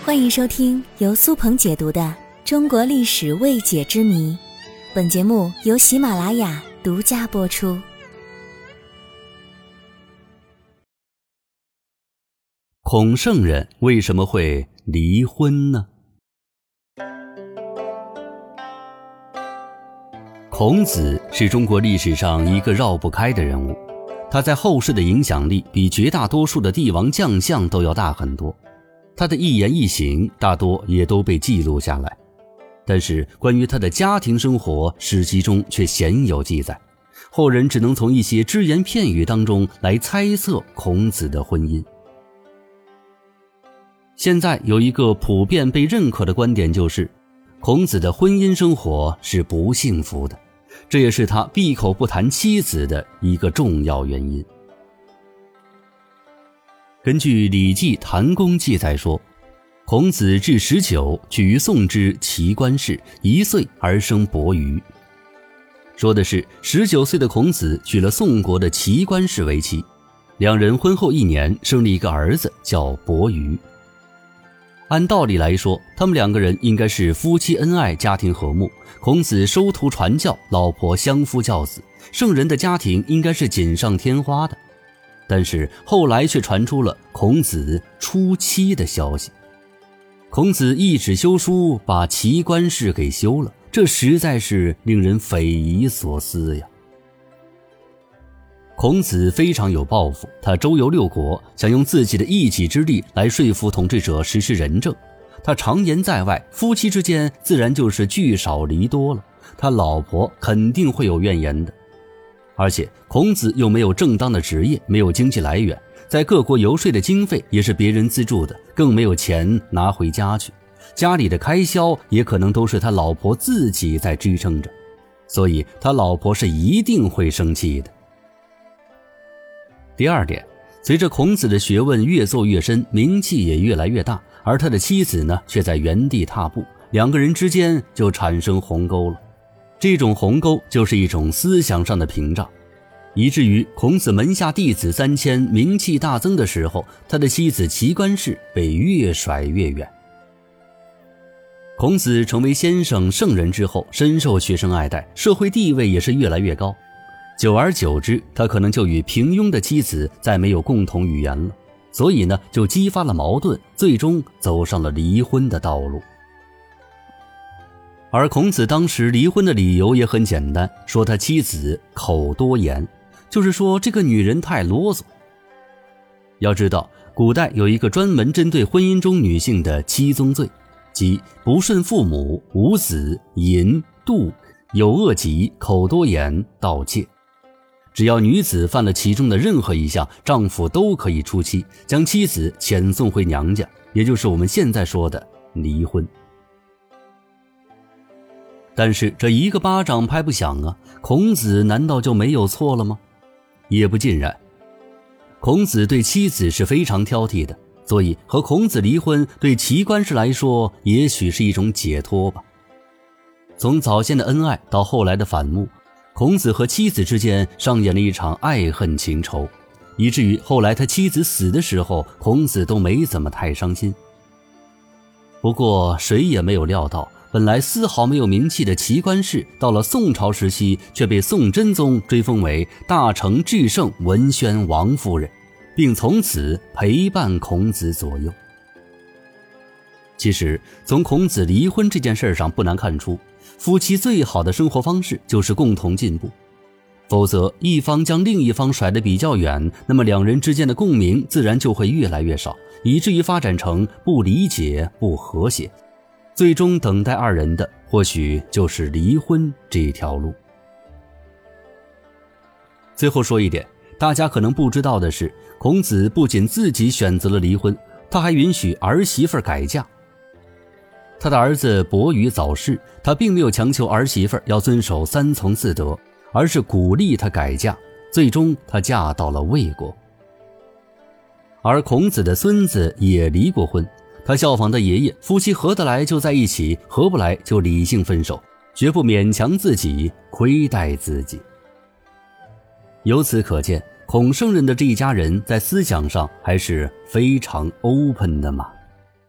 欢迎收听由苏鹏解读的《中国历史未解之谜》，本节目由喜马拉雅独家播出。 孔圣人为什么会离婚呢？孔子是中国历史上一个绕不开的人物，他在后世的影响力比绝大多数的帝王将相都要大很多，他的一言一行大多也都被记录下来，但是关于他的家庭生活，史籍中却鲜有记载，后人只能从一些只言片语当中来猜测孔子的婚姻。现在有一个普遍被认可的观点，就是孔子的婚姻生活是不幸福的，这也是他闭口不谈妻子的一个重要原因。根据《礼记·谈公》记载说，孔子至19，娶于宋之齐官氏，1岁而生伯鱼。说的是19岁的孔子娶了宋国的齐官氏为妻，两人婚后1年生了一个儿子，叫伯鱼。按道理来说，他们两个人应该是夫妻恩爱，家庭和睦，孔子收徒传教，老婆相夫教子，圣人的家庭应该是锦上添花的。但是后来却传出了孔子出妻的消息。孔子一纸休书把齐官氏给休了，这实在是令人匪夷所思呀。孔子非常有抱负，他周游6国，想用自己的一己之力来说服统治者实施仁政。他常言在外，夫妻之间自然就是聚少离多了，他老婆肯定会有怨言的。而且孔子又没有正当的职业，没有经济来源，在各国游说的经费也是别人资助的，更没有钱拿回家去，家里的开销也可能都是他老婆自己在支撑着，所以他老婆是一定会生气的。第二点，随着孔子的学问越做越深，名气也越来越大，而他的妻子呢，却在原地踏步，两个人之间就产生鸿沟了。这种鸿沟就是一种思想上的屏障，以至于孔子门下弟子3000，名气大增的时候，他的妻子齐官氏被越甩越远。孔子成为先生圣人之后，深受学生爱戴，社会地位也是越来越高，久而久之，他可能就与平庸的妻子再没有共同语言了，所以呢，就激发了矛盾，最终走上了离婚的道路。而孔子当时离婚的理由也很简单，说他妻子口多言，就是说这个女人太啰嗦。要知道，古代有一个专门针对婚姻中女性的7宗罪，即不顺父母、无子、淫、妒、有恶疾、口多言、盗窃。只要女子犯了其中的任何一项，丈夫都可以出妻，将妻子遣送回娘家，也就是我们现在说的离婚。但是这一个巴掌拍不响啊，孔子难道就没有错了吗？也不尽然。孔子对妻子是非常挑剔的，所以和孔子离婚对齐官氏来说也许是一种解脱吧。从早先的恩爱到后来的反目，孔子和妻子之间上演了一场爱恨情仇，以至于后来他妻子死的时候，孔子都没怎么太伤心。不过谁也没有料到，本来丝毫没有名气的齐官氏，到了宋朝时期却被宋真宗追封为大成至圣文宣王夫人，并从此陪伴孔子左右。其实从孔子离婚这件事上不难看出，夫妻最好的生活方式就是共同进步，否则一方将另一方甩得比较远，那么两人之间的共鸣自然就会越来越少，以至于发展成不理解、不和谐，最终等待二人的或许就是离婚这条路。最后说一点，大家可能不知道的是，孔子不仅自己选择了离婚，他还允许儿媳妇改嫁。他的儿子伯鱼早逝，他并没有强求儿媳妇要遵守3从4德，而是鼓励她改嫁，最终她嫁到了魏国。而孔子的孙子也离过婚，他效仿的爷爷，夫妻合得来就在一起，合不来就理性分手，绝不勉强自己，亏待自己。由此可见，孔圣人的这一家人在思想上还是非常 open 的嘛。